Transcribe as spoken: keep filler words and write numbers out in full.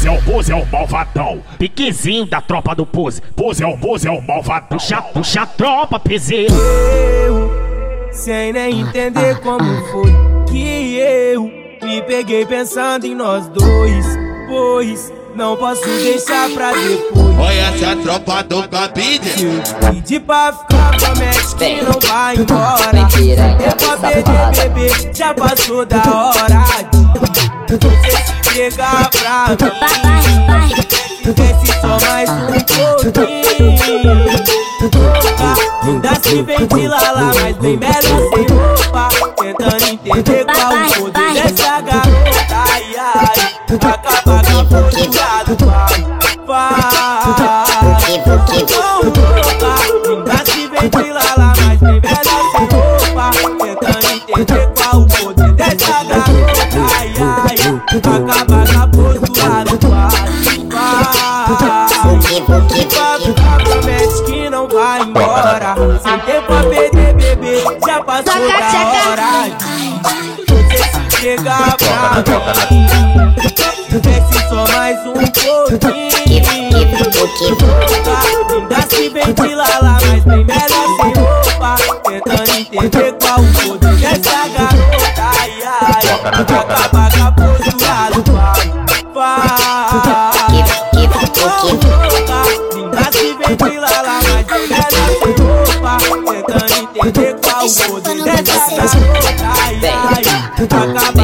Pose é o Pose é o malvadão. Piquezinho da tropa do Pose. Pose é o Pose é o malvadão. Puxa, puxa a tropa, P-Zero. Eu, sem nem entender como foi que eu me peguei pensando em nós dois, pois não posso deixar pra depois. Olha essa tropa do cabide. Se eu te pedir pra ficar, promete que não vai embora. É pra perder, bebê, já passou da hora de você se pegar pra mim. Desce só mais um pouquinho. Ainda se ventila lá, mas bem melhor sem roupa. Tentando entender qual o poder dessa garota. Ai, ai, acaba com a posturado, vai, vai. Vamos trocar. Ainda se ventila lá, mas bem melhor sem roupa. Tentando entender qual o poder dessa garota. Ai, ai, acaba com a posturado, vai, vai. Promete que não vai embora. Sem tempo a perder, bebê, já passou da hora de você se chegar pra mim. Desce só mais um pouquinho. Ainda se ventila lá, mas bem melhor sem roupa. Tentando entender qual o poder dessa garota. Ai, ai, acaba com a postura do pai, vai. Ainda se ventila lá, mas bem melhor sem roupa. Tentando entender qual o poder dessa garota. Ai, ai, acaba